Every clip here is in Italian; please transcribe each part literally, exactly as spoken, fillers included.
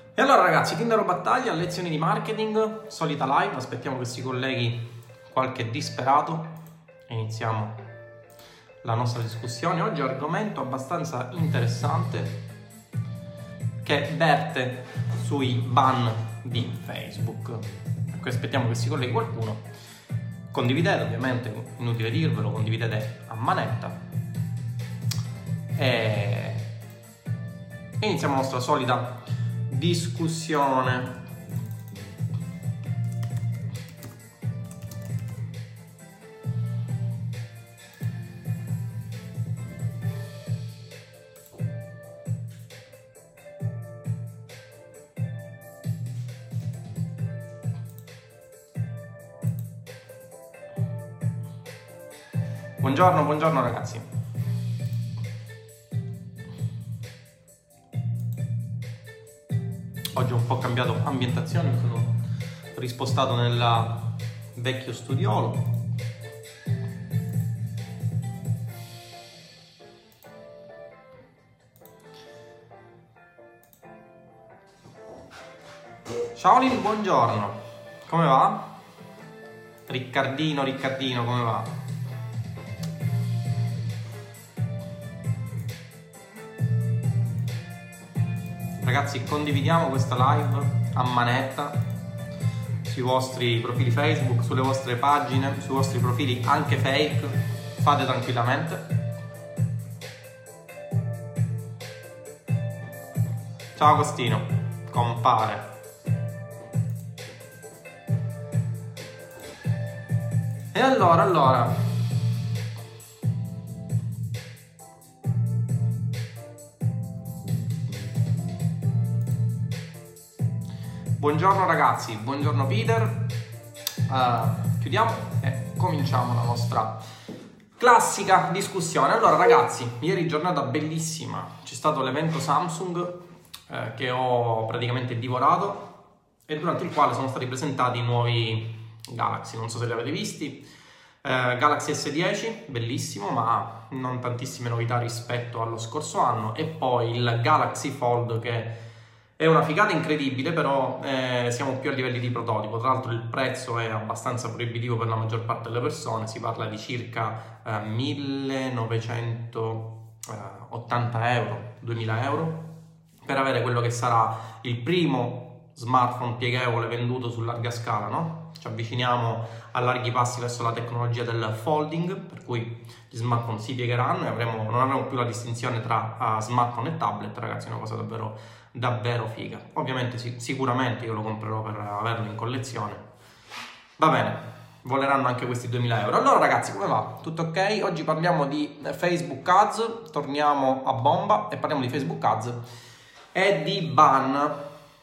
E allora ragazzi, Tinder o battaglia, lezioni di marketing, solita live, aspettiamo che si colleghi qualche disperato e iniziamo la nostra discussione. Oggi è un argomento abbastanza interessante che verte sui ban di Facebook. Ecco, aspettiamo che si colleghi qualcuno. Condividete, ovviamente, inutile dirvelo, condividete a manetta e iniziamo la nostra solita discussione. Buongiorno, buongiorno ragazzi. Oggi ho un po' cambiato ambientazione, mi sono rispostato nel vecchio studiolo. Ciao Lil, buongiorno. Come va? Riccardino, Riccardino, come va? Ragazzi, condividiamo questa live a manetta sui vostri profili Facebook, sulle vostre pagine, sui vostri profili anche fake. Fate tranquillamente. Ciao Agostino, compare. E allora, allora buongiorno ragazzi, buongiorno Peter. Uh, chiudiamo e cominciamo la nostra classica discussione. Allora ragazzi, ieri giornata bellissima, c'è stato l'evento Samsung eh, che ho praticamente divorato e durante il quale sono stati presentati i nuovi Galaxy, non so se li avete visti. eh, Galaxy S dieci, bellissimo, ma non tantissime novità rispetto allo scorso anno, e poi il Galaxy Fold che è una figata incredibile, però eh, siamo più a livelli di prototipo. Tra l'altro il prezzo è abbastanza proibitivo per la maggior parte delle persone, si parla di circa eh, millenovecentottanta euro, duemila euro, per avere quello che sarà il primo smartphone pieghevole venduto su larga scala, no? Ci avviciniamo a larghi passi verso la tecnologia del folding, per cui gli smartphone si piegheranno e avremo, non avremo più la distinzione tra uh, smartphone e tablet. Ragazzi, è una cosa davvero davvero figa. Ovviamente sì, sicuramente io lo comprerò per averlo in collezione. Va bene, voleranno anche questi duemila euro. Allora ragazzi, come va? Tutto ok? Oggi parliamo di Facebook Ads, torniamo a bomba e parliamo di Facebook Ads e di ban.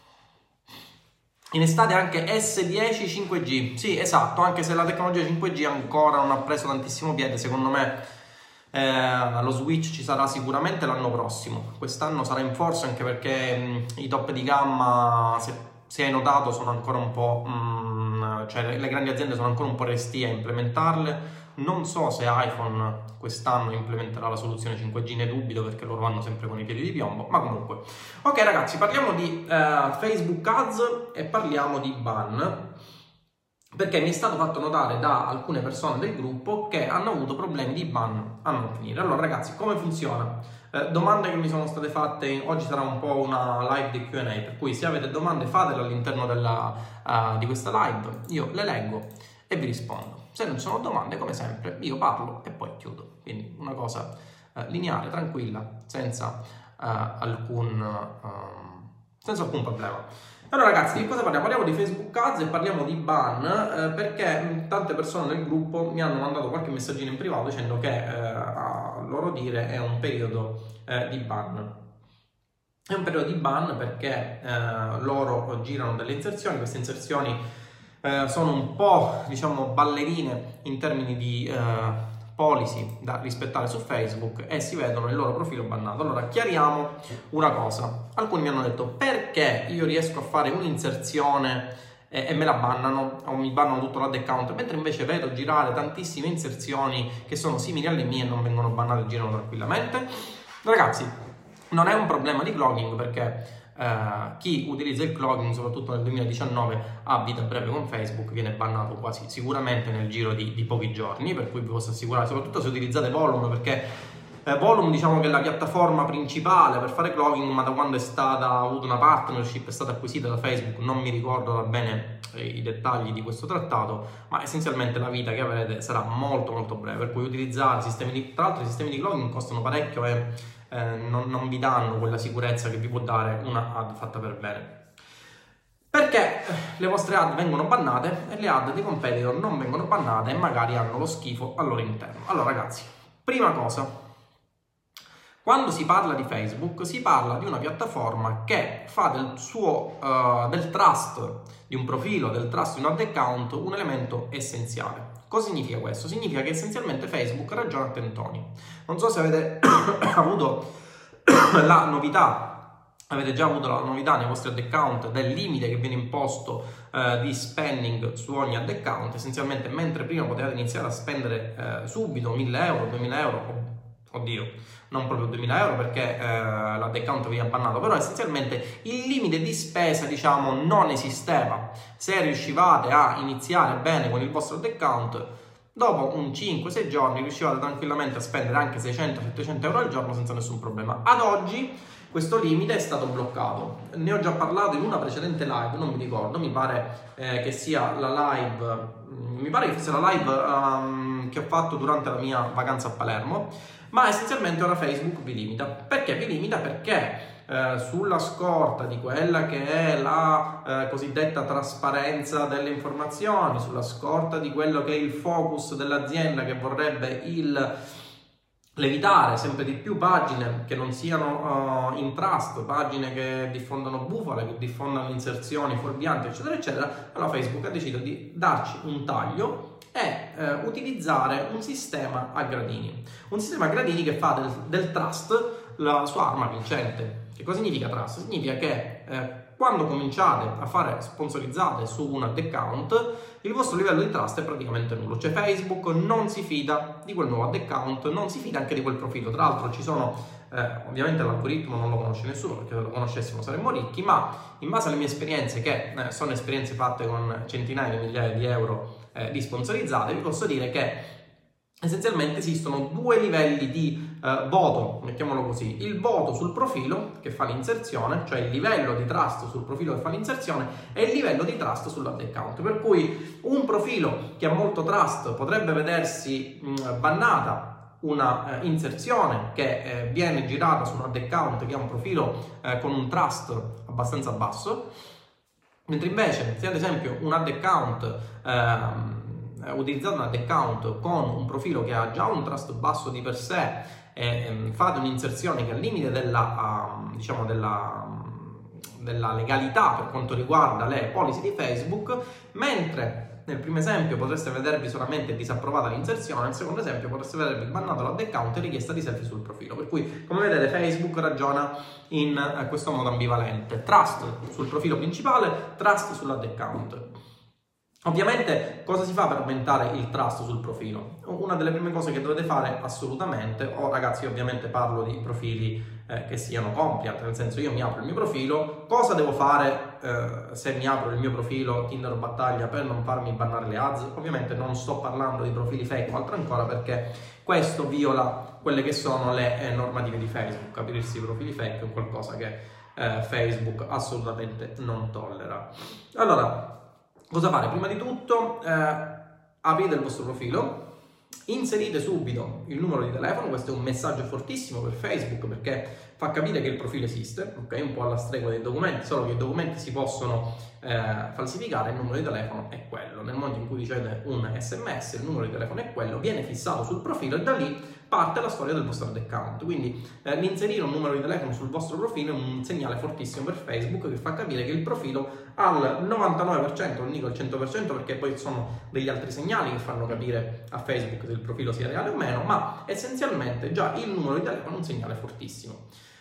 In estate anche S dieci cinque G, sì esatto, anche se la tecnologia cinque G ancora non ha preso tantissimo piede, secondo me Eh, lo switch ci sarà sicuramente l'anno prossimo. Quest'anno sarà in forza anche perché mh, i top di gamma, se, se hai notato, sono ancora un po' mh, cioè le, le grandi aziende sono ancora un po' restie a implementarle. Non so se iPhone quest'anno implementerà la soluzione cinque G, ne dubito perché loro vanno sempre con i piedi di piombo, ma comunque. Ok ragazzi, parliamo di eh, Facebook Ads e parliamo di ban, perché mi è stato fatto notare da alcune persone del gruppo che hanno avuto problemi di ban a non finire. Allora ragazzi, come funziona? Eh, domande che mi sono state fatte, oggi sarà un po' una live di Q and A, per cui se avete domande fatele all'interno della, uh, di questa live, io le leggo e vi rispondo. Se non ci sono domande, come sempre, io parlo e poi chiudo. Quindi una cosa uh, lineare, tranquilla, senza, uh, alcun, uh, senza alcun problema. Allora ragazzi, di cosa parliamo? Parliamo di Facebook Ads e parliamo di ban eh, perché mh, tante persone del gruppo mi hanno mandato qualche messaggino in privato dicendo che eh, a loro dire è un periodo eh, di ban. È un periodo di ban perché eh, loro girano delle inserzioni, queste inserzioni eh, sono un po', diciamo, ballerine in termini di eh, policy da rispettare su Facebook e si vedono il loro profilo bannato. Allora chiariamo una cosa: alcuni mi hanno detto perché io riesco a fare un'inserzione e, e me la bannano o mi bannano tutto l'ad account, mentre invece vedo girare tantissime inserzioni che sono simili alle mie e non vengono bannate e girano tranquillamente. Ragazzi, Non è un problema di clogging perché Uh, chi utilizza il clogging, soprattutto nel duemiladiciannove, a vita breve con Facebook, viene bannato quasi sicuramente nel giro di, di pochi giorni, per cui vi posso assicurare, soprattutto se utilizzate Volume, perché eh, Volume diciamo che è la piattaforma principale per fare clogging, ma da quando è stata ha avuto una partnership, è stata acquisita da Facebook, non mi ricordo bene eh, i dettagli di questo trattato, ma essenzialmente la vita che avrete sarà molto molto breve, per cui utilizzare sistemi di, tra l'altro i sistemi di clogging costano parecchio e Eh, non, non vi danno quella sicurezza che vi può dare una ad fatta per bene, perché le vostre ad vengono bannate e le ad dei competitor non vengono bannate e magari hanno lo schifo al loro interno. Allora ragazzi, prima cosa, quando si parla di Facebook si parla di una piattaforma che fa del suo uh, del trust di un profilo, del trust di un ad account un elemento essenziale. Cosa significa questo? Significa che essenzialmente Facebook ragiona a tentoni. Non so se avete avuto la novità, avete già avuto la novità nei vostri ad account del limite che viene imposto eh, di spending su ogni ad account. Essenzialmente, mentre prima potevate iniziare a spendere eh, subito mille euro, duemila euro, oddio, non proprio duemila euro perché eh, l'ad account veniva bannato, però essenzialmente il limite di spesa, diciamo, non esisteva. Se riuscivate a iniziare bene con il vostro ad account, dopo un cinque sei giorni riuscivate tranquillamente a spendere anche seicento settecento euro al giorno senza nessun problema. Ad oggi questo limite è stato bloccato. Ne ho già parlato in una precedente live, non mi ricordo, mi pare eh, che sia la live, mi pare che fosse la live um, che ho fatto durante la mia vacanza a Palermo, ma essenzialmente ora Facebook vi limita. Perché vi limita? Perché eh, sulla scorta di quella che è la eh, cosiddetta trasparenza delle informazioni, sulla scorta di quello che è il focus dell'azienda che vorrebbe il l'evitare sempre di più pagine che non siano uh, in trust, pagine che diffondono bufale, che diffondono inserzioni fuorvianti, eccetera, eccetera, allora Facebook ha deciso di darci un taglio e eh, utilizzare un sistema a gradini. Un sistema a gradini che fa del, del trust la sua arma vincente. Che cosa significa trust? Significa che eh, quando cominciate a fare sponsorizzate su un ad account, il vostro livello di trust è praticamente nullo. Cioè Facebook non si fida di quel nuovo ad account, non si fida anche di quel profilo. Tra l'altro ci sono, eh, ovviamente l'algoritmo non lo conosce nessuno, perché se lo conoscessimo saremmo ricchi, ma in base alle mie esperienze, che eh, sono esperienze fatte con centinaia di migliaia di euro eh, di sponsorizzate, vi posso dire che essenzialmente esistono due livelli di eh, voto, mettiamolo così: il voto sul profilo che fa l'inserzione, cioè il livello di trust sul profilo che fa l'inserzione, e il livello di trust sull'ad account. Per cui un profilo che ha molto trust potrebbe vedersi mh, bannata una eh, inserzione che eh, viene girata su un ad account che ha un profilo eh, con un trust abbastanza basso, mentre invece se ad esempio un ad account eh, utilizzate un ad account con un profilo che ha già un trust basso di per sé e ehm, fate un'inserzione che è al limite della, uh, diciamo della, um, della legalità per quanto riguarda le policy di Facebook, mentre nel primo esempio potreste vedervi solamente disapprovata l'inserzione, nel secondo esempio potreste vedervi bannato l'ad account e richiesta di selfie sul profilo. Per cui, come vedete, Facebook ragiona in uh, questo modo ambivalente: trust sul profilo principale, trust sull'ad account. Ovviamente cosa si fa per aumentare il trust sul profilo? Una delle prime cose che dovete fare assolutamente, o oh ragazzi, io ovviamente parlo di profili eh, che siano compliant, nel senso io mi apro il mio profilo, cosa devo fare eh, se mi apro il mio profilo Tinder o Battaglia per non farmi bannare le ads? Ovviamente non sto parlando di profili fake o altro ancora, perché questo viola quelle che sono le eh, normative di Facebook. Aprirsi i profili fake è qualcosa che eh, Facebook assolutamente non tollera. Allora, cosa fare? Prima di tutto eh, aprite il vostro profilo, inserite subito il numero di telefono. Questo è un messaggio fortissimo per Facebook, perché fa capire che il profilo esiste, ok? Un po' alla stregua dei documenti, solo che i documenti si possono eh, falsificare, il numero di telefono è quello. Nel momento in cui ricevete un sms, il numero di telefono è quello, viene fissato sul profilo e da lì parte la storia del vostro ad account. Quindi eh, l'inserire un numero di telefono sul vostro profilo è un segnale fortissimo per Facebook, che fa capire che il profilo al novantanove per cento, non dico al cento per cento perché poi sono degli altri segnali che fanno capire a Facebook se il profilo sia reale o meno, ma essenzialmente già il numero di telefono è un segnale fortissimo.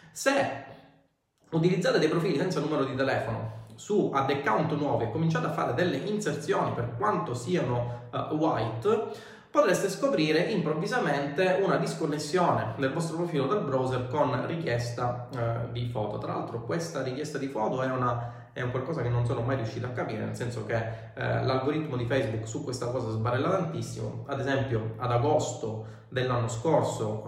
Se utilizzate dei profili senza numero di telefono su ad account nuovi e cominciate a fare delle inserzioni, per quanto siano uh, white, potreste scoprire improvvisamente una disconnessione del vostro profilo dal browser con richiesta eh, di foto. Tra l'altro questa richiesta di foto è una è un qualcosa che non sono mai riuscito a capire, nel senso che eh, l'algoritmo di Facebook su questa cosa sbarella tantissimo. Ad esempio ad agosto dell'anno scorso,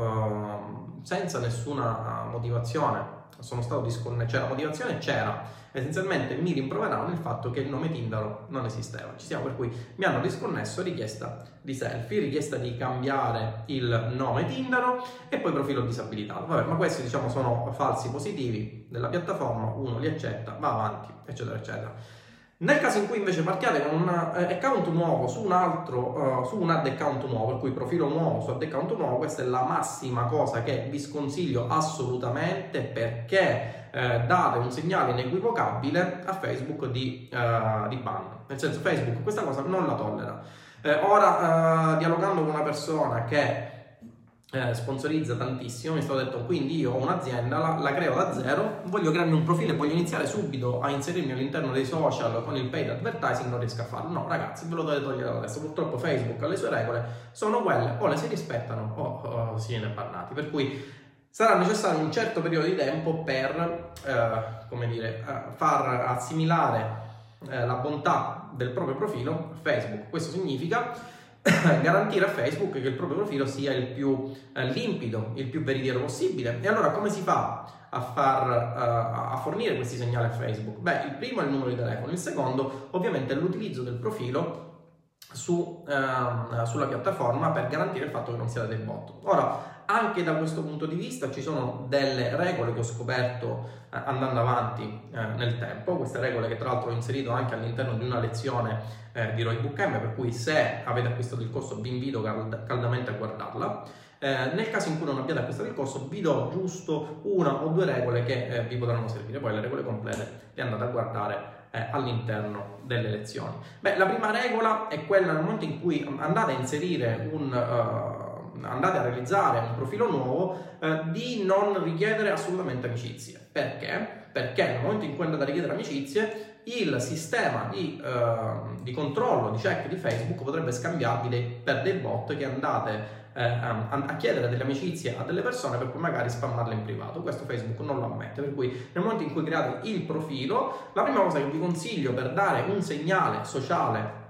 eh, senza nessuna motivazione, sono stato disconnesso, cioè la motivazione c'era, essenzialmente mi rimproveravano il fatto che il nome Tindaro non esisteva, ci siamo, per cui mi hanno disconnesso, richiesta di selfie, richiesta di cambiare il nome Tindaro e poi profilo disabilitato. Vabbè, ma questi diciamo sono falsi positivi della piattaforma, uno li accetta, va avanti, eccetera eccetera. Nel caso in cui invece partiate con un account nuovo su un altro, uh, su un ad account nuovo, per cui profilo nuovo su ad account nuovo, questa è la massima cosa che vi sconsiglio assolutamente, perché eh, date un segnale inequivocabile a Facebook di, uh, di ban. Nel senso, Facebook questa cosa non la tollera. Eh, ora, uh, dialogando con una persona che Eh, sponsorizza tantissimo, mi è stato detto: quindi io ho un'azienda, la, la creo da zero, voglio crearmi un profilo e voglio iniziare subito a inserirmi all'interno dei social con il paid advertising, non riesco a farlo. No ragazzi, ve lo dovete togliere adesso, purtroppo Facebook ha le sue regole, sono quelle, o le si rispettano o, o si viene bannati, per cui sarà necessario un certo periodo di tempo per eh, come dire, eh, far assimilare eh, la bontà del proprio profilo a Facebook. Questo significa garantire a Facebook che il proprio profilo sia il più eh, limpido, il più veritiero possibile. E allora come si fa a, far, uh, a fornire questi segnali a Facebook? Beh, il primo è il numero di telefono, il secondo ovviamente è l'utilizzo del profilo su, uh, sulla piattaforma per garantire il fatto che non siate dei bot. Ora, anche da questo punto di vista ci sono delle regole che ho scoperto eh, andando avanti eh, nel tempo, queste regole che tra l'altro ho inserito anche all'interno di una lezione eh, di Roybook M, per cui se avete acquistato il corso vi invito cald- caldamente a guardarla. Eh, nel caso in cui non abbiate acquistato il corso vi do giusto una o due regole che eh, vi potranno servire, poi le regole complete le andate a guardare eh, all'interno delle lezioni. Beh, la prima regola è quella: nel momento in cui andate a inserire un... Uh, andate a realizzare un profilo nuovo, eh, di non richiedere assolutamente amicizie. Perché? Perché nel momento in cui andate a richiedere amicizie, il sistema di, uh, di controllo, di check di Facebook potrebbe scambiarvi dei, per dei bot che andate eh, a, a chiedere delle amicizie a delle persone per poi magari spammarle in privato. Questo Facebook non lo ammette, per cui nel momento in cui create il profilo, la prima cosa che vi consiglio per dare un segnale sociale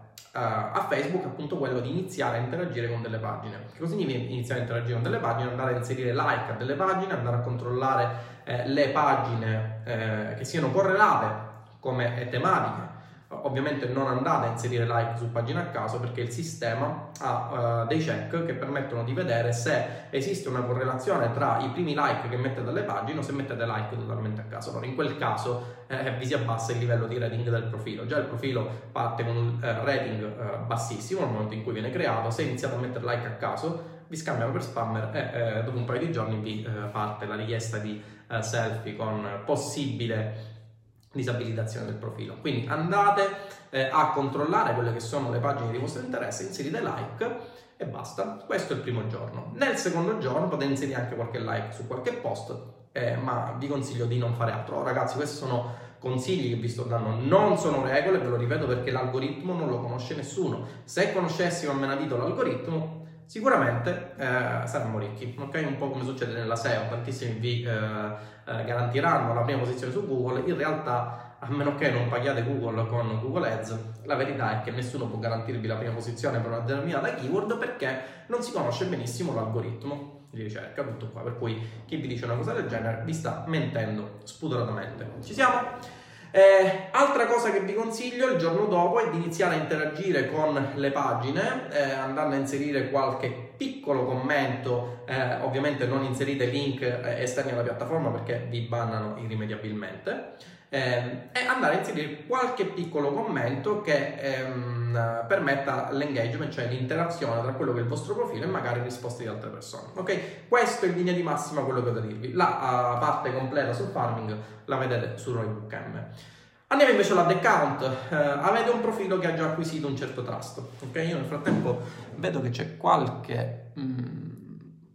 a Facebook è appunto quello di iniziare a interagire con delle pagine. Che cosa significa iniziare a interagire con delle pagine? Andare a inserire like a delle pagine, andare a controllare eh, le pagine eh, che siano correlate come tematiche. Ovviamente non andate a inserire like su pagine a caso, perché il sistema ha uh, dei check che permettono di vedere se esiste una correlazione tra i primi like che mettete dalle pagine o se mettete like totalmente a caso. Allora in quel caso eh, vi si abbassa il livello di rating del profilo. Già il profilo parte con un uh, rating uh, bassissimo nel momento in cui viene creato. Se iniziate a mettere like a caso vi scambiano per spammer e eh, dopo un paio di giorni vi eh, parte la richiesta di eh, selfie con possibile disabilitazione del profilo. Quindi andate eh, a controllare quelle che sono le pagine di vostro interesse, inserite like e basta. Questo è il primo giorno. Nel secondo giorno potete inserire anche qualche like su qualche post, eh, ma vi consiglio di non fare altro. Oh, ragazzi, questi sono consigli che vi sto dando, non sono regole, ve lo ripeto, perché l'algoritmo non lo conosce nessuno. Se conoscessimo a menadito l'algoritmo, sicuramente eh, saremmo ricchi, ok? Un po' come succede nella S E O, tantissimi vi eh, eh, garantiranno la prima posizione su Google. In realtà, a meno che non paghiate Google con Google Ads, la verità è che nessuno può garantirvi la prima posizione per una determinata keyword, perché non si conosce benissimo l'algoritmo di ricerca, tutto qua. Per cui chi vi dice una cosa del genere vi sta mentendo spudoratamente. Ci siamo? Eh, altra cosa che vi consiglio il giorno dopo è di iniziare a interagire con le pagine, eh, andando a inserire qualche piccolo commento, eh, ovviamente non inserite link eh, esterni alla piattaforma perché vi bannano irrimediabilmente, eh, e andare a inserire qualche piccolo commento che ehm, permetta l'engagement, cioè l'interazione tra quello che è il vostro profilo e magari risposte di altre persone. Ok? Questo è in linea di massima quello che ho da dirvi. La uh, parte completa sul farming la vedete su Roybook M. Andiamo invece all'ad account. Uh, avete un profilo che ha già acquisito un certo trust. Ok? Io nel frattempo vedo che c'è qualche mm,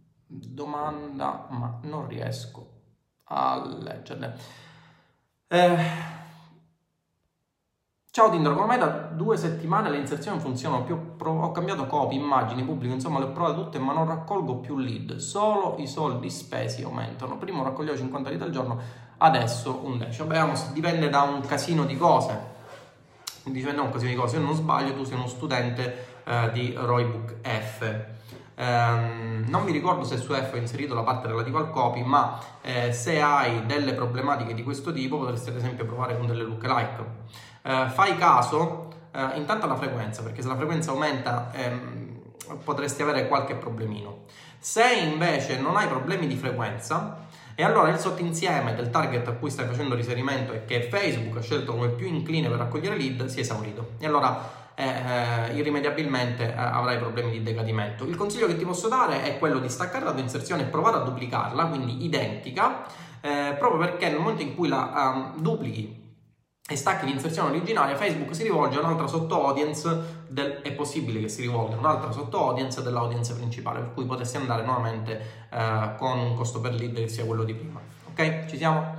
domanda, ma non riesco a leggerle. Eh, Ciao Tinder, come mai da due settimane le inserzioni funzionano più? Ho cambiato copy, immagini, pubblico, insomma le ho provate tutte ma non raccolgo più lead, solo i soldi spesi aumentano. Prima raccoglievo cinquanta lead al giorno, adesso un decimo. Beh, dipende da un casino di cose, dipende da un casino di cose. Se non sbaglio tu sei uno studente eh, di Roybook F. Um, non mi ricordo se su F ho inserito la parte relativa al copy, ma eh, se hai delle problematiche di questo tipo potresti ad esempio provare con delle lookalike. Uh, fai caso uh, intanto alla frequenza, perché se la frequenza aumenta ehm, potresti avere qualche problemino. Se invece non hai problemi di frequenza, e allora il sottoinsieme del target a cui stai facendo riferimento e che Facebook ha scelto come più incline per raccogliere lead si è esaurito, e allora eh, eh, irrimediabilmente eh, avrai problemi di decadimento. Il consiglio che ti posso dare è quello di staccare la tua inserzione e provare a duplicarla, quindi identica, eh, proprio perché nel momento in cui la um, duplichi e stacchi l'inserzione originaria, Facebook si rivolge a un'altra sotto-audience, del, è possibile che si rivolga a un'altra sotto-audience dell'audience principale, per cui potresti andare nuovamente eh, con un costo per lead che sia quello di prima. Ok? Ci siamo?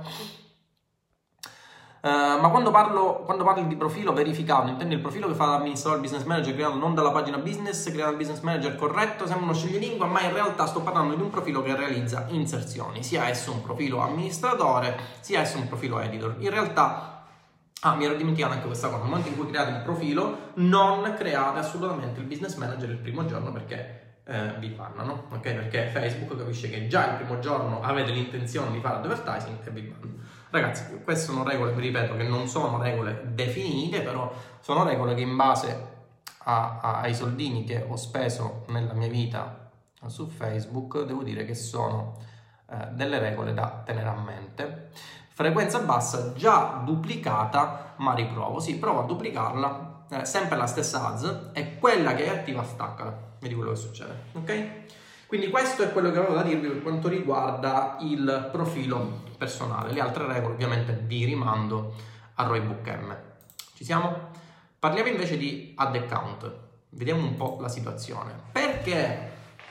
Uh, ma quando, parlo, quando parli di profilo verificato, intendi il profilo che fa l'amministratore business manager creato non dalla pagina business, creato il business manager corretto, sembra uno scioglilingua, ma in realtà sto parlando di un profilo che realizza inserzioni, sia esso un profilo amministratore, sia esso un profilo editor. In realtà Ah, mi ero dimenticato anche questa cosa. Nel momento in cui create un profilo, non create assolutamente il business manager il primo giorno, perché eh, vi bannano, ok? Perché Facebook capisce che già il primo giorno avete l'intenzione di fare advertising e vi bannano. Ragazzi, queste sono regole, vi ripeto, che non sono regole definite, però sono regole che in base a, a, ai soldini che ho speso nella mia vita su Facebook, devo dire che sono eh, delle regole da tenere a mente. Frequenza bassa già duplicata, ma riprovo. Sì, provo a duplicarla, eh, sempre la stessa ads, e quella che è attiva staccala. Vedi quello che succede, ok? Quindi questo è quello che avevo da dirvi per quanto riguarda il profilo personale. Le altre regole ovviamente vi rimando a Roybook M. Ci siamo? Parliamo invece di ad account. Vediamo un po' la situazione. Perché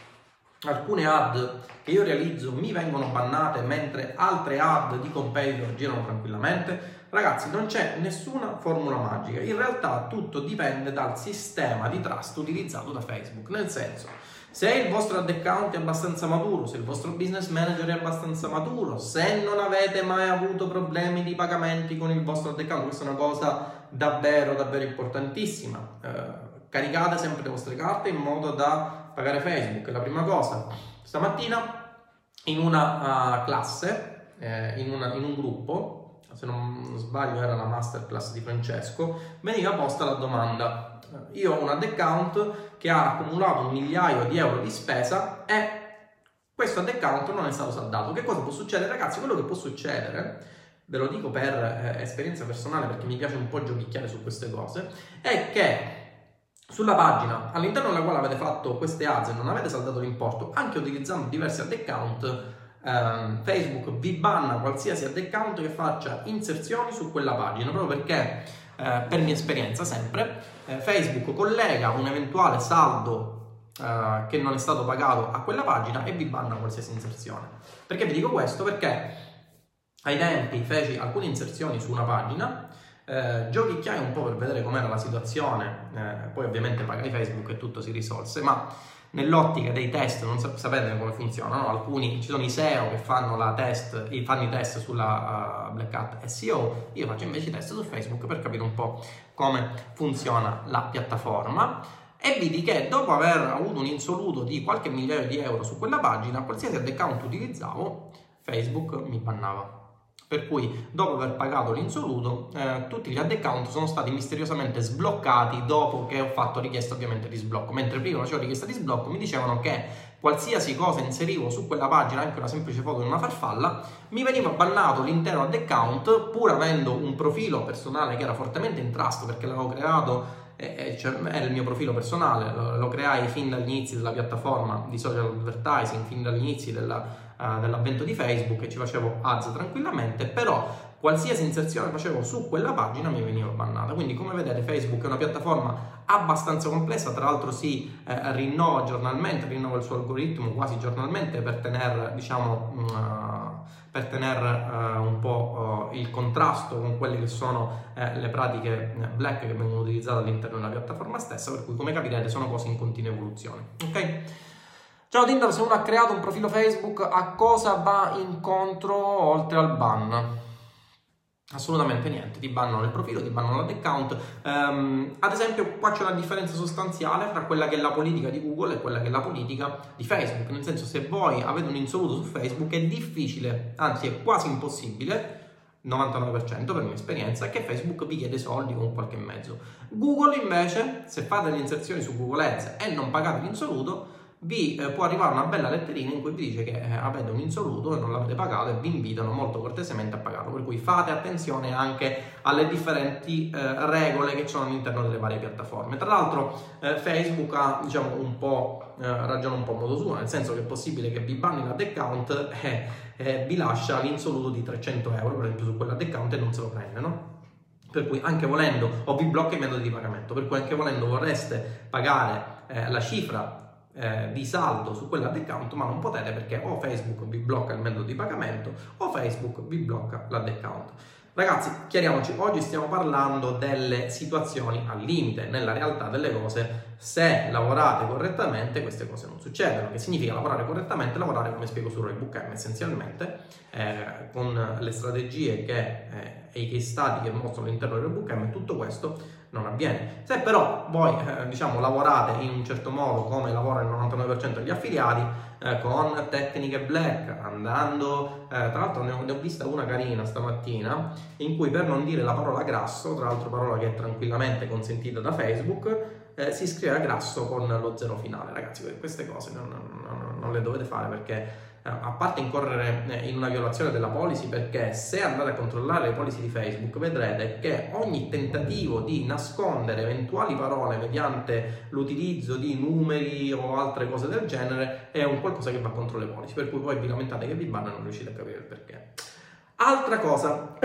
alcune ad che io realizzo mi vengono bannate mentre altre ad di competitor girano tranquillamente? Ragazzi, non c'è nessuna formula magica. In realtà tutto dipende dal sistema di trust utilizzato da Facebook. Nel senso, se il vostro ad account è abbastanza maturo, se il vostro business manager è abbastanza maturo, se non avete mai avuto problemi di pagamenti con il vostro ad account, questa è una cosa davvero davvero importantissima. Eh, caricate sempre le vostre carte in modo da pagare Facebook. La prima cosa, stamattina in una uh, classe, eh, in, una, in un gruppo, se non sbaglio era la masterclass di Francesco, veniva posta la domanda: io ho un ad account che ha accumulato un migliaio di euro di spesa e questo ad account non è stato saldato. Che cosa può succedere? Ragazzi, quello che può succedere, ve lo dico per eh, esperienza personale, perché mi piace un po' giochicchiare su queste cose, è che sulla pagina all'interno della quale avete fatto queste ads e non avete saldato l'importo, anche utilizzando diversi ad account, ehm, Facebook vi banna qualsiasi ad account che faccia inserzioni su quella pagina, proprio perché eh, per mia esperienza sempre eh, Facebook collega un eventuale saldo eh, che non è stato pagato a quella pagina e vi banna qualsiasi inserzione. Perché vi dico questo? Perché ai tempi feci alcune inserzioni su una pagina, Eh, giochicchiai un po' per vedere com'era la situazione, eh, poi ovviamente pagai Facebook e tutto si risolse, ma nell'ottica dei test, non sap- sapete come funzionano, alcuni, ci sono i S E O che fanno, la test, fanno i test sulla uh, Black Hat S E O, io faccio invece i test su Facebook per capire un po' come funziona la piattaforma, e vidi che dopo aver avuto un insoluto di qualche migliaio di euro su quella pagina, qualsiasi ad account utilizzavo, Facebook mi bannava. Per cui dopo aver pagato l'insoluto eh, tutti gli ad account sono stati misteriosamente sbloccati dopo che ho fatto richiesta ovviamente di sblocco, mentre prima facevo richiesta di sblocco mi dicevano che qualsiasi cosa inserivo su quella pagina, anche una semplice foto di una farfalla, mi veniva bannato l'intero ad account, pur avendo un profilo personale che era fortemente in trust perché l'avevo creato, eh, cioè, è il mio profilo personale, lo, lo creai fin dagli inizi della piattaforma di social advertising, fin dagli inizi della Uh, dell'avvento di Facebook, e ci facevo ads tranquillamente, però qualsiasi inserzione facevo su quella pagina mi veniva bannata. Quindi come vedete Facebook è una piattaforma abbastanza complessa, tra l'altro si eh, rinnova giornalmente, rinnova il suo algoritmo quasi giornalmente per tenere, diciamo, uh, per tenere uh, un po' uh, il contrasto con quelle che sono uh, le pratiche black che vengono utilizzate all'interno della piattaforma stessa, per cui come capirete sono cose in continua evoluzione, ok? Ciao Tinder, se uno ha creato un profilo Facebook, a cosa va incontro oltre al ban? Assolutamente niente, ti bannano il profilo, ti bannano l'account. Um, ad esempio qua c'è una differenza sostanziale tra quella che è la politica di Google e quella che è la politica di Facebook, nel senso, se voi avete un insoluto su Facebook è difficile, anzi è quasi impossibile, novantanove per cento per mia esperienza, che Facebook vi chiede soldi con qualche mezzo. Google invece, se fate le inserzioni su Google Ads e non pagate l'insoluto, vi eh, può arrivare una bella letterina in cui vi dice che eh, avete un insoluto e non l'avete pagato, e vi invitano molto cortesemente a pagarlo, per cui fate attenzione anche alle differenti eh, regole che sono all'interno delle varie piattaforme. Tra l'altro eh, Facebook ha, diciamo, un po' eh, ragiona un po' a modo suo, nel senso che è possibile che vi banni l'ad account e eh, vi lascia l'insoluto di trecento euro per esempio su quell'ad account e non se lo prende, no? Per cui anche volendo, o vi blocca i metodi di pagamento, per cui anche volendo vorreste pagare eh, la cifra Eh, di saldo su quell'ad account, ma non potete perché o Facebook vi blocca il metodo di pagamento o Facebook vi blocca l'ad account. Ragazzi, chiariamoci, oggi stiamo parlando delle situazioni al limite. Nella realtà delle cose, se lavorate correttamente, queste cose non succedono. Che significa lavorare correttamente? Lavorare, come spiego su Roybook M, essenzialmente, eh, con le strategie che, eh, e i case study che mostrano all'interno del Roybook M, tutto questo non avviene. Se però voi eh, diciamo lavorate in un certo modo come lavora il novantanove per cento degli affiliati, eh, con tecniche black, andando eh, tra l'altro ne ho, ne ho vista una carina stamattina in cui, per non dire la parola grasso, tra l'altro parola che è tranquillamente consentita da Facebook, eh, si scrive grasso con lo zero finale. Ragazzi, queste cose non, non, non le dovete fare, perché a parte incorrere in una violazione della policy, perché se andate a controllare le policy di Facebook vedrete che ogni tentativo di nascondere eventuali parole mediante l'utilizzo di numeri o altre cose del genere è un qualcosa che va contro le policy, per cui poi vi lamentate che vi bannano e non riuscite a capire il perché. Altra cosa,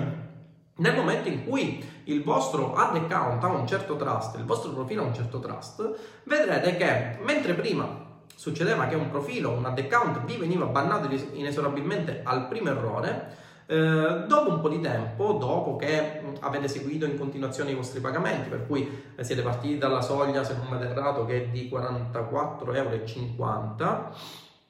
nel momento in cui il vostro ad account ha un certo trust, il vostro profilo ha un certo trust, vedrete che mentre prima succedeva che un profilo, un ad account vi veniva bannato inesorabilmente al primo errore, eh, dopo un po' di tempo, dopo che mh, avete seguito in continuazione i vostri pagamenti, per cui eh, siete partiti dalla soglia, se non vado errato, che è di quarantaquattro virgola cinquanta euro,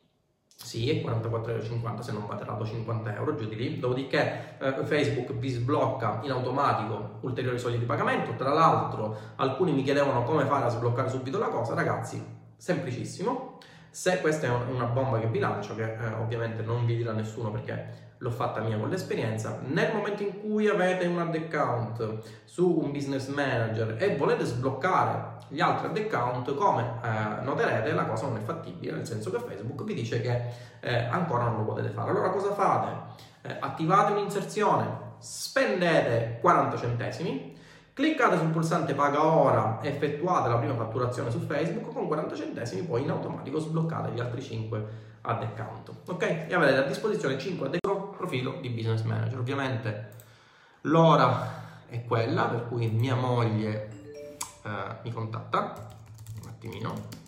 sì, è quarantaquattro virgola cinquanta euro, se non vado errato cinquanta euro, giù di lì, dopodiché eh, Facebook vi sblocca in automatico ulteriori soglie di pagamento. Tra l'altro alcuni mi chiedevano come fare a sbloccare subito la cosa. Ragazzi, semplicissimo. Se questa è una bomba che vi lancio, che eh, ovviamente non vi dirà nessuno perché l'ho fatta mia con l'esperienza, nel momento in cui avete un ad account su un business manager e volete sbloccare gli altri ad account, come eh, noterete la cosa non è fattibile, nel senso che Facebook vi dice che eh, ancora non lo potete fare. Allora cosa fate? Eh, attivate un'inserzione, spendete quaranta centesimi, cliccate sul pulsante paga ora, effettuate la prima fatturazione su Facebook, con quaranta centesimi poi in automatico sbloccate gli altri cinque ad account, ok? E avete a disposizione cinque ad account profilo di business manager. Ovviamente l'ora è quella per cui mia moglie eh, mi contatta, un attimino,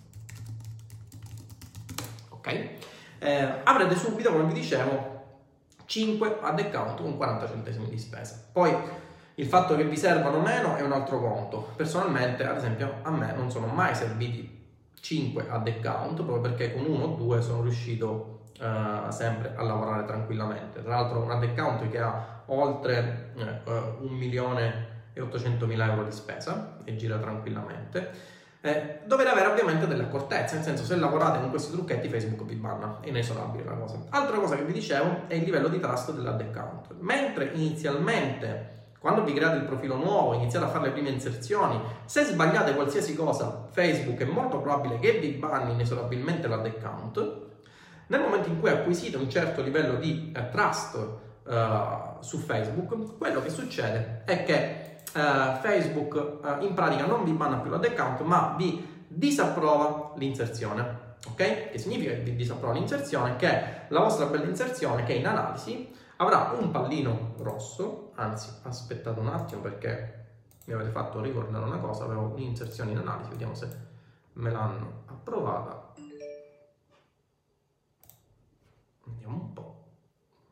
ok? Eh, avrete subito, come vi dicevo, cinque ad account con quaranta centesimi di spesa. Poi il fatto che vi servano meno è un altro conto. Personalmente, ad esempio, a me non sono mai serviti cinque ad account, proprio perché con uno o due sono riuscito uh, sempre a lavorare tranquillamente. Tra l'altro un ad account che ha oltre uh, un milione e ottocentomila euro di spesa e gira tranquillamente. Eh, dovete avere ovviamente delle accortezze, nel senso, se lavorate con questi trucchetti Facebook vi banna, è inesorabile la cosa. Altra cosa che vi dicevo è il livello di trust dell'ad account. Mentre inizialmente, quando vi create il profilo nuovo, iniziate a fare le prime inserzioni, se sbagliate qualsiasi cosa, Facebook è molto probabile che vi banni inesorabilmente l'ad account. Nel momento in cui acquisite un certo livello di eh, trust eh, su Facebook, quello che succede è che eh, Facebook eh, in pratica non vi banna più l'ad account, ma vi disapprova l'inserzione. Ok? Che significa che vi disapprova l'inserzione? Che la vostra bella inserzione, che è in analisi, avrà un pallino rosso. Anzi, aspettate un attimo perché mi avete fatto ricordare una cosa, avevo un'inserzione in analisi, vediamo se me l'hanno approvata. Vediamo un po'.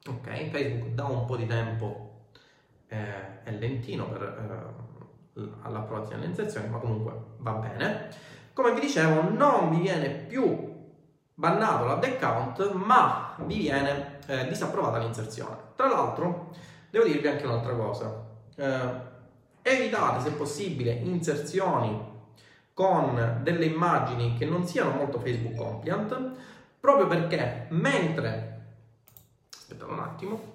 Ok, Facebook da un po' di tempo eh, è lentino per eh, all'approvazione delle inserzioni, ma comunque va bene. Come vi dicevo, non vi viene più bannato l'add account, ma vi viene eh, disapprovata l'inserzione. Tra l'altro, devo dirvi anche un'altra cosa. Eh, evitate, se possibile, inserzioni con delle immagini che non siano molto Facebook compliant, proprio perché mentre... Aspettate un attimo.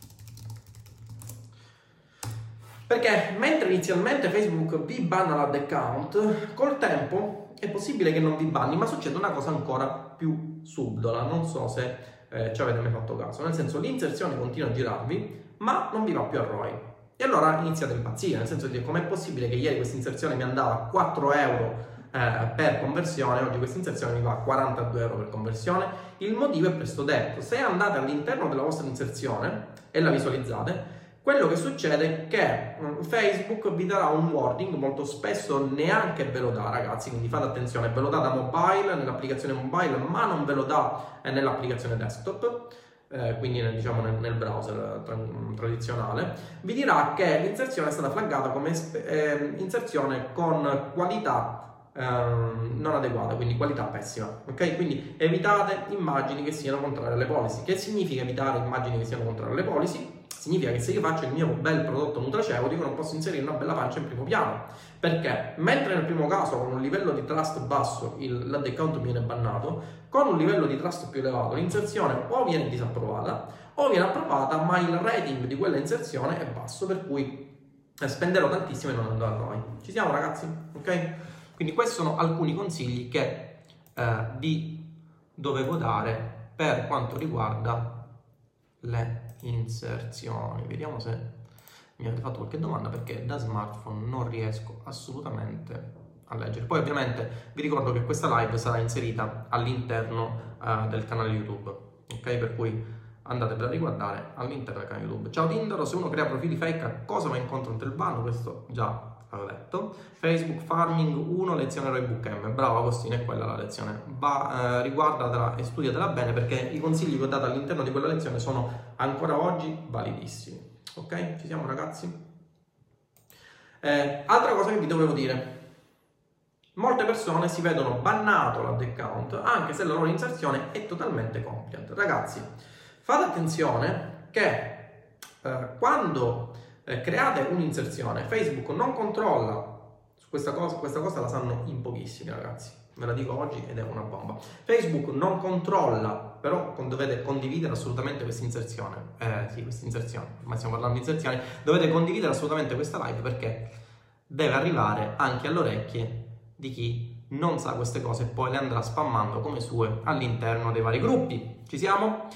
Perché mentre inizialmente Facebook vi banna l'add account, col tempo è possibile che non vi banni, ma succede una cosa ancora più subdola. Non so se eh, ci avete mai fatto caso. Nel senso, l'inserzione continua a girarvi, ma non vi va più a R O I. E allora iniziate a impazzire, nel senso di com'è possibile che ieri questa inserzione mi andava a quattro euro eh, per conversione, oggi questa inserzione mi va a quarantadue euro per conversione. Il motivo è presto detto: se andate all'interno della vostra inserzione e la visualizzate, quello che succede è che Facebook vi darà un warning, molto spesso neanche ve lo dà, ragazzi, quindi fate attenzione, ve lo dà da mobile, nell'applicazione mobile, ma non ve lo dà eh, nell'applicazione desktop, eh, quindi nel, diciamo nel, nel browser tra, tradizionale. Vi dirà che l'inserzione è stata flaggata come eh, inserzione con qualità eh, non adeguata, quindi qualità pessima, ok? Quindi evitate immagini che siano contrarie alle policy. Che significa evitare immagini che siano contrarie alle policy? Significa che se io faccio il mio bel prodotto nutraceutico non posso inserire una bella pancia in primo piano, perché mentre nel primo caso con un livello di trust basso l'add account viene bannato, con un livello di trust più elevato l'inserzione o viene disapprovata o viene approvata, ma il rating di quella inserzione è basso, per cui spenderò tantissimo e non andrò a noi. Ci siamo, ragazzi? Ok? Quindi questi sono alcuni consigli che eh, vi dovevo dare per quanto riguarda le inserzioni. Vediamo se mi avete fatto qualche domanda, perché da smartphone non riesco assolutamente a leggere. Poi ovviamente vi ricordo che questa live sarà inserita all'interno uh, del canale YouTube, ok? Per cui andatevela a riguardare all'interno del canale YouTube. Ciao Tinder, se uno crea profili fake a cosa va incontro nel ban? Questo già l'avevo detto. Facebook Farming uno, lezione R O I Book M. Bravo Agostino, è quella la lezione. Va, eh, riguardatela e studiatela bene, perché i consigli che ho dato all'interno di quella lezione sono ancora oggi validissimi. Ok? Ci siamo, ragazzi? Eh, altra cosa che vi dovevo dire. Molte persone si vedono bannato l'add account anche se la loro inserzione è totalmente compliant. Ragazzi, fate attenzione che eh, quando eh, create un'inserzione, Facebook non controlla su questa cosa, questa cosa la sanno in pochissimi, ragazzi. Ve la dico oggi ed è una bomba. Facebook non controlla, però dovete condividere assolutamente questa inserzione. Eh sì, questa inserzione, ma stiamo parlando di inserzione. Dovete condividere assolutamente questa live, perché deve arrivare anche alle orecchie di chi non sa queste cose e poi le andrà spammando come sue all'interno dei vari gruppi. Ci siamo?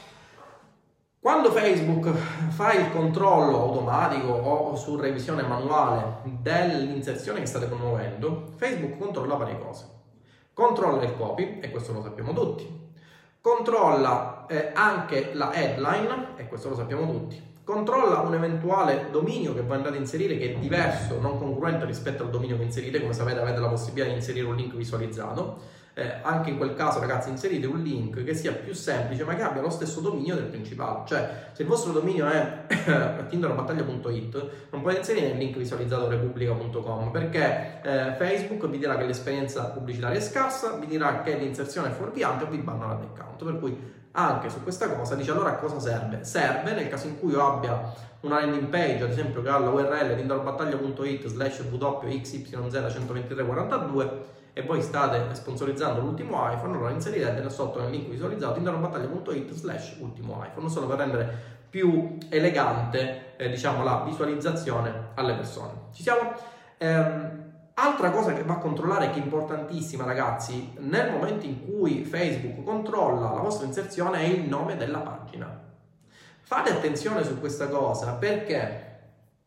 Quando Facebook fa il controllo automatico o su revisione manuale dell'inserzione che state promuovendo, Facebook controlla varie cose. Controlla il copy, e questo lo sappiamo tutti. Controlla eh, anche la headline, e questo lo sappiamo tutti. Controlla un eventuale dominio che voi andate a inserire, che è diverso, non congruente rispetto al dominio che inserite. Come sapete, avete la possibilità di inserire un link visualizzato. Eh, anche in quel caso, ragazzi, inserite un link che sia più semplice ma che abbia lo stesso dominio del principale. Cioè, se il vostro dominio è tinderbattaglia punto it, non potete inserire il link visualizzato repubblica punto com, perché eh, Facebook vi dirà che l'esperienza pubblicitaria è scarsa, vi dirà che l'inserzione è fuorviante o vi banna l'add account. Per cui anche su questa cosa dice: allora a cosa serve? Serve nel caso in cui io abbia una landing page, ad esempio, che ha la U R L tinderbattaglia punto it slash w x y z centoventitré quarantadue, e voi state sponsorizzando l'ultimo iPhone, allora inserirete sotto nel link visualizzato tinderbattaglia punto it slash ultimo iPhone, solo per rendere più elegante eh, diciamo la visualizzazione alle persone. Ci siamo? Ehm, altra cosa che va a controllare, che è importantissima, ragazzi, nel momento in cui Facebook controlla la vostra inserzione, è il nome della pagina. Fate attenzione su questa cosa, perché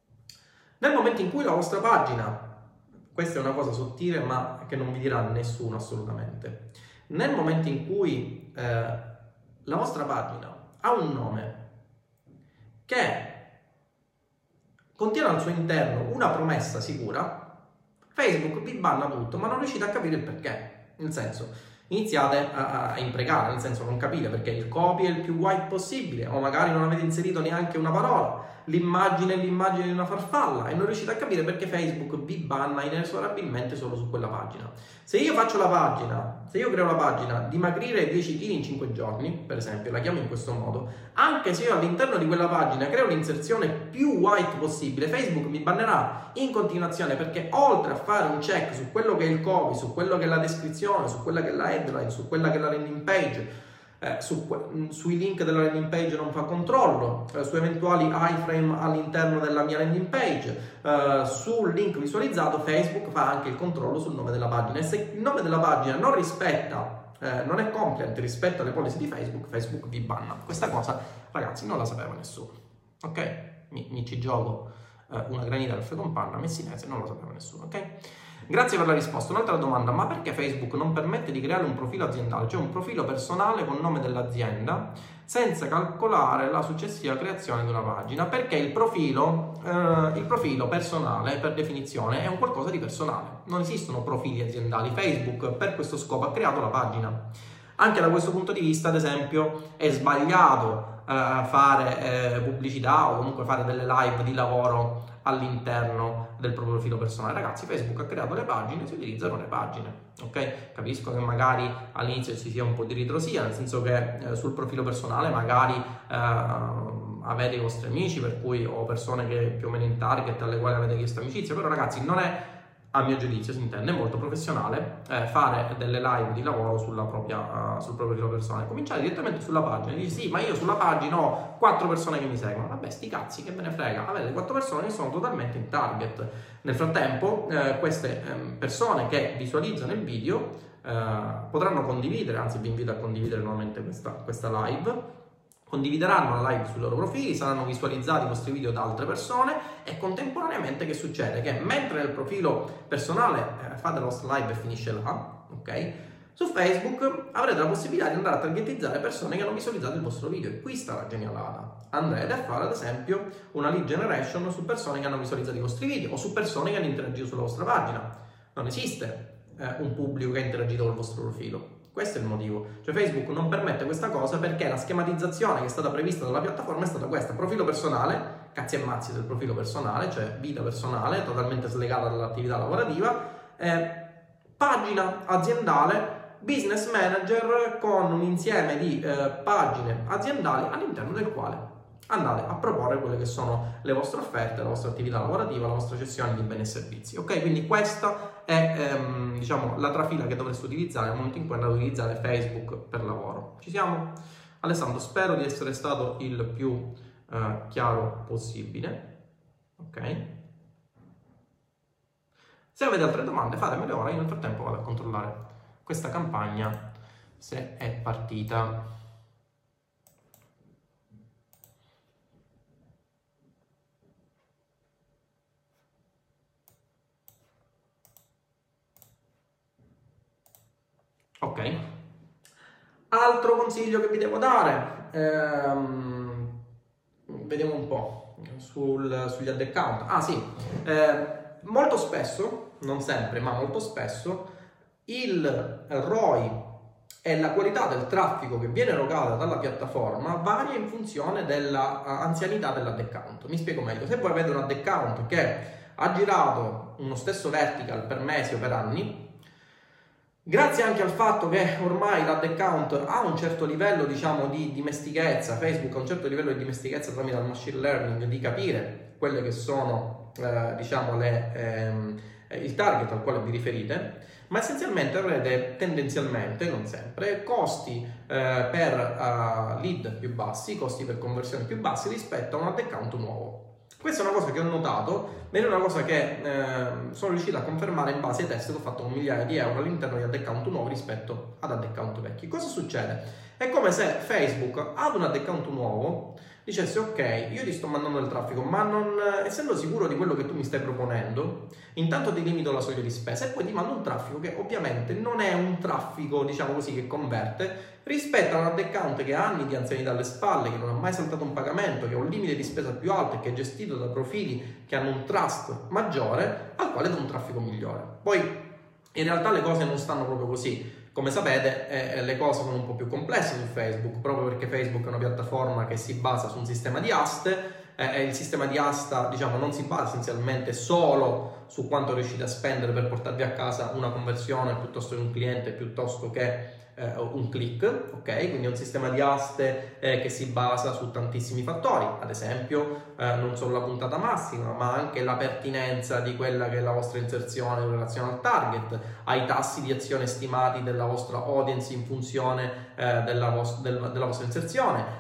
nel momento in cui la vostra pagina, questa è una cosa sottile ma che non vi dirà nessuno assolutamente, nel momento in cui eh, la vostra pagina ha un nome che contiene al suo interno una promessa sicura, Facebook vi banna tutto, ma non riuscite a capire il perché. Nel senso, iniziate a, a imprecare, nel senso non capite perché il copy è il più white possibile, o magari non avete inserito neanche una parola, l'immagine è l'immagine di una farfalla e non riuscite a capire perché Facebook vi banna inesorabilmente solo su quella pagina. Se io faccio la pagina, se io creo la pagina dimagrire dieci chili in cinque giorni, per esempio, la chiamo in questo modo, anche se io all'interno di quella pagina creo l'inserzione più white possibile, Facebook mi bannerà in continuazione, perché oltre a fare un check su quello che è il copy, su quello che è la descrizione, su quella che è la headline, su quella che è la landing page, Eh, su, sui link della landing page non fa controllo, eh, su eventuali iframe all'interno della mia landing page, eh, sul link visualizzato Facebook fa anche il controllo sul nome della pagina, e se il nome della pagina non rispetta, eh, non è compliant rispetto alle policy di Facebook, Facebook vi banna. Questa cosa, ragazzi, non la sapeva nessuno, ok? Mi, mi ci gioco eh, una granita al con panna messinese, non lo sapeva nessuno, ok? Grazie per la risposta. Un'altra domanda: ma perché Facebook non permette di creare un profilo aziendale, cioè un profilo personale con nome dell'azienda, senza calcolare la successiva creazione di una pagina? Perché il profilo, eh, il profilo personale, per definizione, è un qualcosa di personale. Non esistono profili aziendali. Facebook per questo scopo ha creato la pagina. Anche da questo punto di vista, ad esempio, è sbagliato eh, fare eh, pubblicità o comunque fare delle live di lavoro all'interno del proprio profilo personale. Ragazzi, Facebook ha creato le pagine, si utilizzano le pagine, ok? Capisco che magari all'inizio ci sia un po' di ritrosia, nel senso che eh, sul profilo personale magari eh, avete i vostri amici, per cui o persone che più o meno in target alle quali avete chiesto amicizia, però ragazzi non è, a mio giudizio si intende, è molto professionale eh, fare delle live di lavoro sulla propria, uh, sul proprio profilo personale. Cominciare direttamente sulla pagina e dire sì, ma io sulla pagina ho quattro persone che mi seguono. Vabbè, sti cazzi, che me ne frega, avete quattro persone che sono totalmente in target. Nel frattempo eh, queste eh, persone che visualizzano il video eh, potranno condividere, anzi vi invito a condividere nuovamente questa, questa live, condivideranno la live sui loro profili, saranno visualizzati i vostri video da altre persone, e contemporaneamente che succede? Che mentre nel profilo personale eh, fate la vostra live e finisce là, ok? Su Facebook avrete la possibilità di andare a targetizzare persone che hanno visualizzato il vostro video, e qui sta la genialata. Andrete a fare ad esempio una lead generation su persone che hanno visualizzato i vostri video o su persone che hanno interagito sulla vostra pagina. Non esiste eh, un pubblico che ha interagito col vostro profilo. Questo è il motivo, cioè Facebook non permette questa cosa perché la schematizzazione che è stata prevista dalla piattaforma è stata questa: profilo personale, cazzi e mazzi del profilo personale, cioè vita personale totalmente slegata dall'attività lavorativa, eh, pagina aziendale, business manager con un insieme di eh, pagine aziendali all'interno del quale andate a proporre quelle che sono le vostre offerte, la vostra attività lavorativa, la vostra gestione di beni e servizi, ok? Quindi questa è ehm, diciamo la trafila che dovreste utilizzare nel momento in cui andate a utilizzare Facebook per lavoro. Ci siamo? Alessandro, spero di essere stato il più eh, chiaro possibile, ok? Se avete altre domande fatemele ora, io nel frattempo vado a controllare questa campagna se è partita. Ok, altro consiglio che vi devo dare, ehm, vediamo un po' sul, sugli ad account. Ah sì, eh, molto spesso, non sempre, ma molto spesso, il R O I e la qualità del traffico che viene erogata dalla piattaforma varia in funzione dell'anzianità dell'ad account. Mi spiego meglio: se voi avete un ad account che ha girato uno stesso vertical per mesi o per anni, grazie anche al fatto che ormai l'ad account ha un certo livello, diciamo, di dimestichezza, Facebook ha un certo livello di dimestichezza tramite il machine learning, di capire quelle che sono, eh, diciamo, le, ehm, il target al quale vi riferite, ma essenzialmente avrete tendenzialmente, non sempre, costi eh, per uh, lead più bassi, costi per conversione più bassi rispetto a un ad account nuovo. Questa è una cosa che ho notato, ma è una cosa che eh, sono riuscito a confermare in base ai test che ho fatto con migliaia di euro all'interno di ad account nuovi rispetto ad ad account vecchi. Cosa succede? È come se Facebook ad un ad account nuovo dicesse: ok, io ti sto mandando del traffico, ma non essendo sicuro di quello che tu mi stai proponendo, intanto ti limito la soglia di spesa e poi ti mando un traffico che ovviamente non è un traffico, diciamo così, che converte, rispetto a un ad account che ha anni di anzianità alle spalle, che non ha mai saltato un pagamento, che ha un limite di spesa più alto e che è gestito da profili che hanno un trust maggiore, al quale dà un traffico migliore. Poi in realtà le cose non stanno proprio così. come sapete, eh, le cose sono un po' più complesse su Facebook, proprio perché Facebook è una piattaforma che si basa su un sistema di aste, eh, e il sistema di asta, diciamo, non si basa essenzialmente solo su quanto riuscite a spendere per portarvi a casa una conversione piuttosto che un cliente, piuttosto che eh, un click, ok? Quindi è un sistema di aste eh, che si basa su tantissimi fattori, ad esempio eh, non solo la puntata massima, ma anche la pertinenza di quella che è la vostra inserzione in relazione al target, ai tassi di azione stimati della vostra audience in funzione eh, della, vos- del- della vostra inserzione,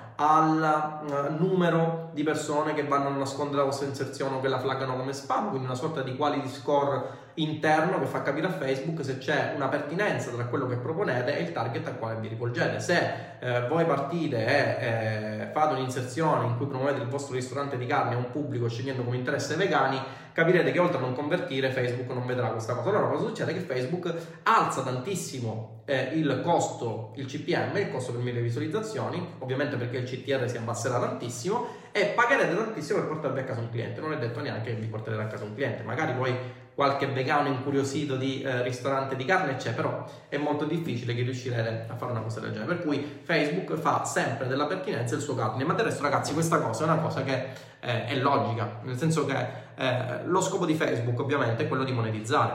al uh, numero di persone che vanno a nascondere la vostra inserzione o che la flaggano come spam, quindi una sorta di quality score interno che fa capire a Facebook se c'è una pertinenza tra quello che proponete e il target al quale vi rivolgete. Se eh, voi partite e eh, fate un'inserzione in cui promuovete il vostro ristorante di carne a un pubblico scegliendo come interesse vegani, capirete che oltre a non convertire, Facebook non vedrà questa cosa. Allora cosa succede? Che Facebook alza tantissimo eh, il costo, il C P M, il costo per mille visualizzazioni, ovviamente perché il C T R si abbasserà tantissimo, e pagherete tantissimo per portarvi a casa un cliente. Non è detto neanche che vi porterete a casa un cliente, magari poi qualche vegano incuriosito di eh, ristorante di carne c'è, però è molto difficile che riuscirete a fare una cosa del genere, per cui Facebook fa sempre della pertinenza il suo cardine. Ma del resto, ragazzi, questa cosa è una cosa che eh, è logica, nel senso che eh, lo scopo di Facebook ovviamente è quello di monetizzare.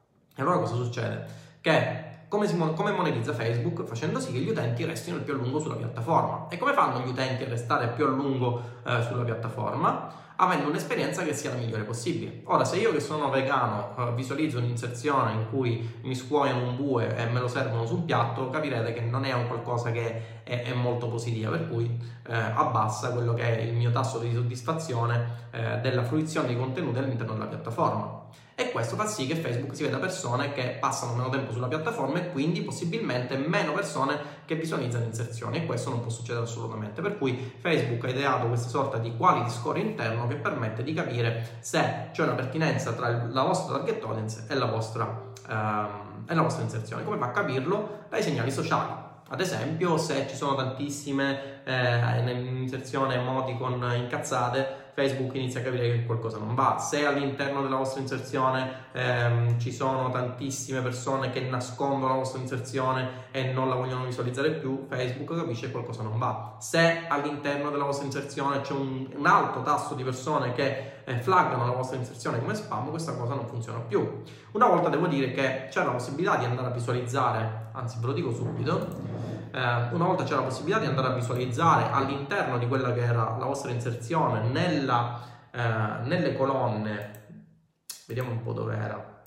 E allora cosa succede? Che come, si, come monetizza Facebook? Facendo sì che gli utenti restino il più a lungo sulla piattaforma. E come fanno gli utenti a restare più a lungo eh, sulla piattaforma? Avendo un'esperienza che sia la migliore possibile. Ora, se io che sono vegano eh, visualizzo un'inserzione in cui mi scuoiano un bue e me lo servono su un piatto, capirete che non è un qualcosa che è, è molto positiva, per cui eh, abbassa quello che è il mio tasso di soddisfazione eh, della fruizione di contenuti all'interno della piattaforma. E questo fa sì che Facebook si veda persone che passano meno tempo sulla piattaforma e quindi possibilmente meno persone che visualizzano inserzioni, e questo non può succedere assolutamente. Per cui Facebook ha ideato questa sorta di quality score interno che permette di capire se c'è una pertinenza tra la vostra target audience e la vostra, ehm, e la vostra inserzione. Come fa a capirlo? Dai segnali sociali. Ad esempio, se ci sono tantissime eh, nell'inserzione emoticon incazzate, Facebook inizia a capire che qualcosa non va. Se all'interno della vostra inserzione ehm, ci sono tantissime persone che nascondono la vostra inserzione e non la vogliono visualizzare più, Facebook capisce che qualcosa non va. Se all'interno della vostra inserzione c'è un, un alto tasso di persone che eh, flaggano la vostra inserzione come spam, questa cosa non funziona più. Una volta devo dire che c'è la possibilità di andare a visualizzare, anzi ve lo dico subito, Eh, una volta c'è la possibilità di andare a visualizzare all'interno di quella che era la vostra inserzione nella, eh, nelle colonne, vediamo un po' dove era,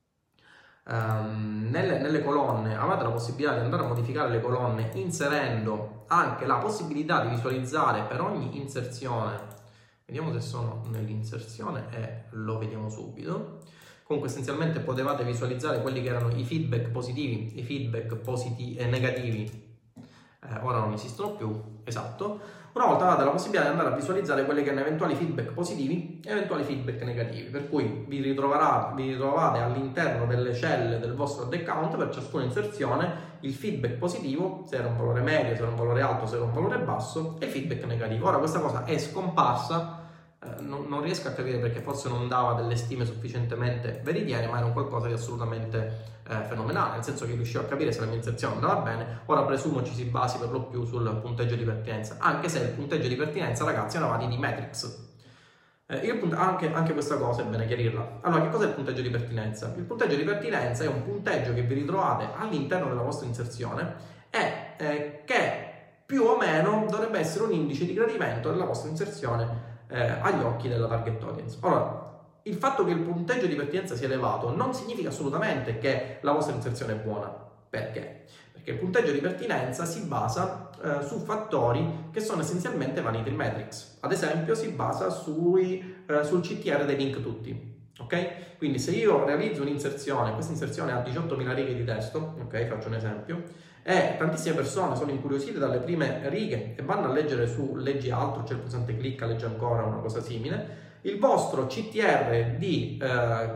um, nelle, nelle colonne avete la possibilità di andare a modificare le colonne inserendo anche la possibilità di visualizzare per ogni inserzione, vediamo se sono nell'inserzione e lo vediamo subito. Comunque essenzialmente potevate visualizzare quelli che erano i feedback positivi, i feedback positivi e negativi. Eh, ora non esistono più, esatto. Una volta avete la possibilità di andare a visualizzare quelli che erano eventuali feedback positivi e eventuali feedback negativi, per cui vi, vi ritrovate all'interno delle celle del vostro ad account per ciascuna inserzione il feedback positivo, se era un valore medio, se era un valore alto, se era un valore basso, e il feedback negativo. Ora questa cosa è scomparsa. Non, non riesco a capire perché forse non dava delle stime sufficientemente veritiere, ma era un qualcosa di assolutamente eh, fenomenale, nel senso che riuscivo a capire se la mia inserzione andava bene. Ora presumo ci si basi per lo più sul punteggio di pertinenza, anche se il punteggio di pertinenza, ragazzi, è una via di Matrix. Eh, il anche, anche questa cosa è bene chiarirla. Allora, che cos'è il punteggio di pertinenza? Il punteggio di pertinenza è un punteggio che vi ritrovate all'interno della vostra inserzione e eh, che più o meno dovrebbe essere un indice di gradimento della vostra inserzione Eh, agli occhi della target audience. Ora, il fatto che il punteggio di pertinenza sia elevato non significa assolutamente che la vostra inserzione è buona. Perché? Perché il punteggio di pertinenza si basa eh, su fattori che sono essenzialmente vanity metrics. Ad esempio, si basa sui, eh, sul C T R dei link tutti. Ok? Quindi se io realizzo un'inserzione, questa inserzione ha diciottomila righe di testo, ok? Faccio un esempio, e tantissime persone sono incuriosite dalle prime righe e vanno a leggere su leggi altro, c'è il pulsante clicca, leggi ancora, una cosa simile, il vostro C T R di eh,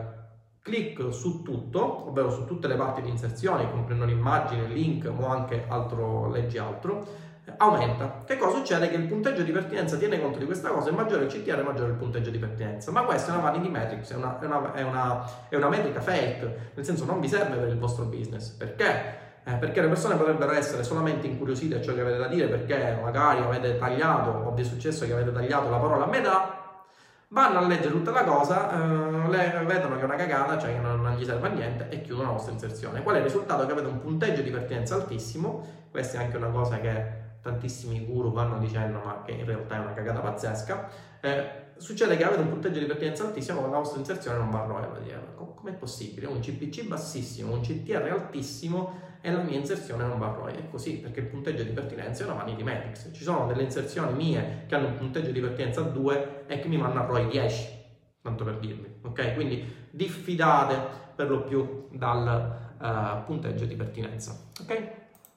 click su tutto, ovvero su tutte le parti di inserzione, comprendono immagine, link o anche altro, leggi altro, aumenta. Che cosa succede? Che il punteggio di pertinenza tiene conto di questa cosa, è maggiore il C T R, maggiore il punteggio di pertinenza. Ma questa è una vanity metrics, è una, è una, è una, è una metrica fake, nel senso non vi serve per il vostro business. Perché? Eh, perché le persone potrebbero essere solamente incuriosite a ciò che avete da dire, perché magari avete tagliato, o vi è successo che avete tagliato la parola a metà, vanno a leggere tutta la cosa, eh, le, vedono che è una cagata, cioè che non, non gli serve a niente, e chiudono la vostra inserzione. Qual è il risultato? Che avete un punteggio di pertinenza altissimo. Questa è anche una cosa che tantissimi guru vanno dicendo, ma che in realtà è una cagata pazzesca. Eh, succede che avete un punteggio di pertinenza altissimo, ma la vostra inserzione non va a ROI. Com'è possibile? Un C P C bassissimo, un C T R altissimo, e la mia inserzione non va a ROI. È così, perché il punteggio di pertinenza è una vanity metrics. Ci sono delle inserzioni mie che hanno un punteggio di pertinenza due e che mi vanno a ROI dieci, tanto per dirvi, ok? Quindi diffidate per lo più dal uh, punteggio di pertinenza, ok?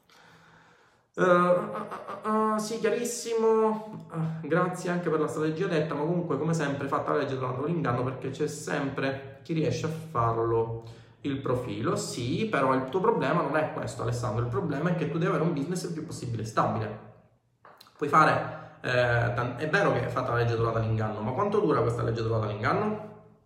Uh, uh, uh, uh, sì, chiarissimo. Uh, grazie anche per la strategia detta, ma comunque come sempre fatta la legge trovando l'inganno, perché c'è sempre chi riesce a farlo il profilo. Sì, però il tuo problema non è questo, Alessandro, il problema è che tu devi avere un business il più possibile stabile. Puoi fare, eh, è vero che è fatta la legge trovata l'inganno, ma quanto dura questa legge trovata l'inganno?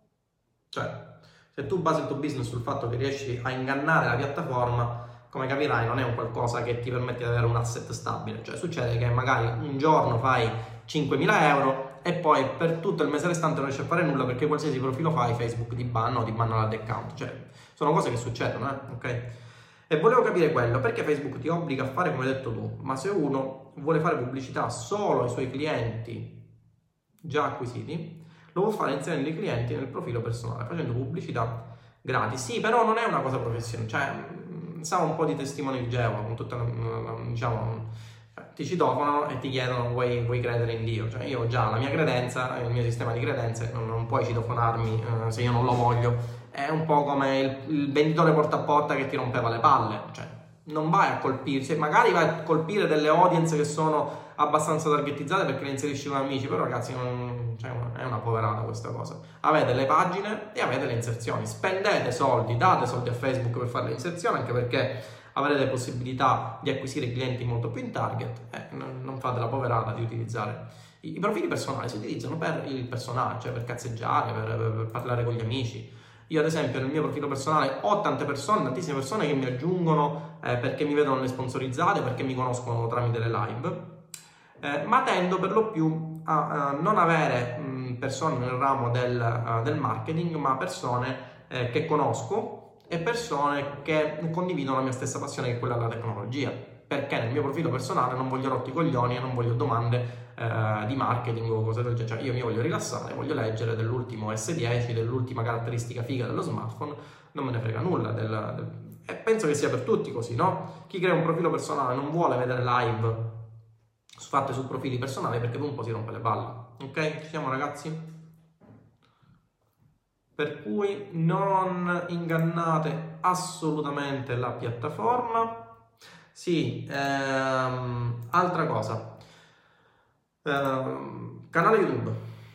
Cioè, se tu basi il tuo business sul fatto che riesci a ingannare la piattaforma, come capirai non è un qualcosa che ti permette di avere un asset stabile. Cioè succede che magari un giorno fai cinquemila euro e poi per tutto il mese restante non riesci a fare nulla, perché qualsiasi profilo fai Facebook ti banna o ti banna l'ad account. Cioè sono cose che succedono, eh? Ok? E volevo capire quello, perché Facebook ti obbliga a fare come hai detto tu, ma se uno vuole fare pubblicità solo ai suoi clienti già acquisiti, lo può fare inserendo i clienti nel profilo personale, facendo pubblicità gratis. Sì, però non è una cosa professionale, cioè sa un po' di testimone di Geova, con tutta, diciamo, ti citofonano e ti chiedono vuoi, vuoi credere in Dio. Cioè io ho già la mia credenza, il mio sistema di credenze, non, non puoi citofonarmi eh, se io non lo voglio. È un po' come il, il venditore porta a porta che ti rompeva le palle, cioè non vai a colpirsi, magari vai a colpire delle audience che sono abbastanza targetizzate perché le inserisci con amici, però ragazzi non, cioè, è una poverata questa cosa. Avete le pagine e avete le inserzioni, spendete soldi, date soldi a Facebook per fare le inserzioni, anche perché avrete possibilità di acquisire clienti molto più in target, e non, non fate la poverata di utilizzare i, i profili personali. Si utilizzano per il personaggio, cioè per cazzeggiare, per, per, per parlare con gli amici. Io ad esempio nel mio profilo personale ho tante persone, tantissime persone che mi aggiungono eh, perché mi vedono le sponsorizzate, perché mi conoscono tramite le live, eh, ma tendo per lo più a, a non avere mh, persone nel ramo del, uh, del marketing, ma persone eh, che conosco e persone che condividono la mia stessa passione, che è quella della tecnologia, perché nel mio profilo personale non voglio rotti coglioni e non voglio domande eh, di marketing o cose del genere. Cioè io mi voglio rilassare, voglio leggere dell'ultimo S dieci, dell'ultima caratteristica figa dello smartphone, non me ne frega nulla del, del... e penso che sia per tutti così, no? Chi crea un profilo personale non vuole vedere live fatte su profili personali perché dopo un po' si rompe le palle, ok? Ci siamo ragazzi? Per cui non ingannate assolutamente la piattaforma. Sì, ehm, altra cosa, ehm, canale YouTube,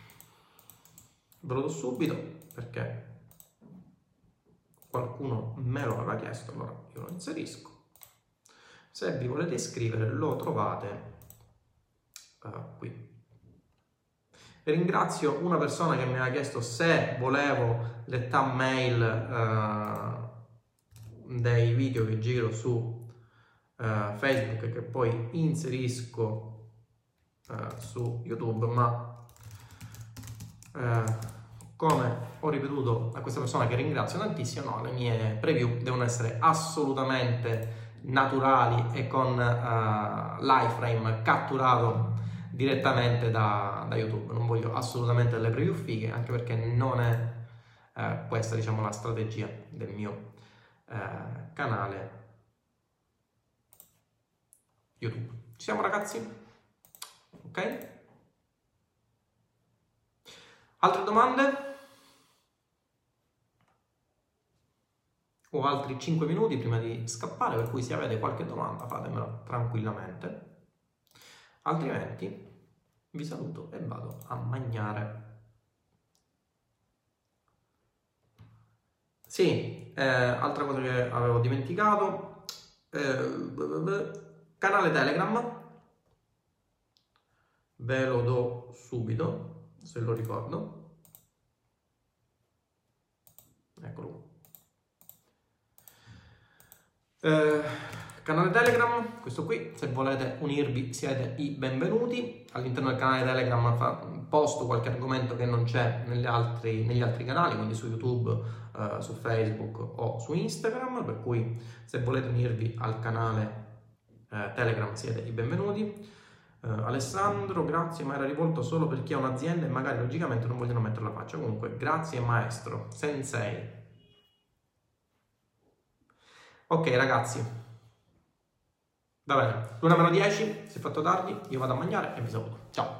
ve lo do subito perché qualcuno me lo aveva chiesto, allora io lo inserisco. Se vi volete iscrivere lo trovate uh, qui. Ringrazio una persona che mi aveva chiesto se volevo le thumbnail uh, dei video che giro su uh, Facebook e che poi inserisco uh, su YouTube, ma uh, come ho ripetuto a questa persona, che ringrazio tantissimo, no, le mie preview devono essere assolutamente naturali e con uh, l'iframe catturato direttamente da, da YouTube. Non voglio assolutamente delle preview fighe, anche perché non è eh, questa, diciamo, la strategia del mio eh, canale YouTube. Ci siamo ragazzi? Ok? Altre domande? Ho altri cinque minuti prima di scappare, per cui se avete qualche domanda fatemela tranquillamente. Altrimenti vi saluto e vado a mangiare. Sì, eh, altra cosa che avevo dimenticato, eh, canale Telegram, ve lo do subito, se lo ricordo. Eccolo. Eh, Canale Telegram, questo qui, se volete unirvi siete i benvenuti. All'interno del canale Telegram fa, posto qualche argomento che non c'è negli altri, negli altri canali, quindi su YouTube, eh, su Facebook o su Instagram, per cui se volete unirvi al canale eh, Telegram siete i benvenuti. Eh, Alessandro, grazie, ma era rivolto solo per chi ha un'azienda e magari logicamente non vogliono mettere la faccia. Comunque, grazie maestro, sensei. Ok ragazzi. Va bene, l'una meno dieci, si è fatto tardi, io vado a mangiare e vi saluto. Ciao!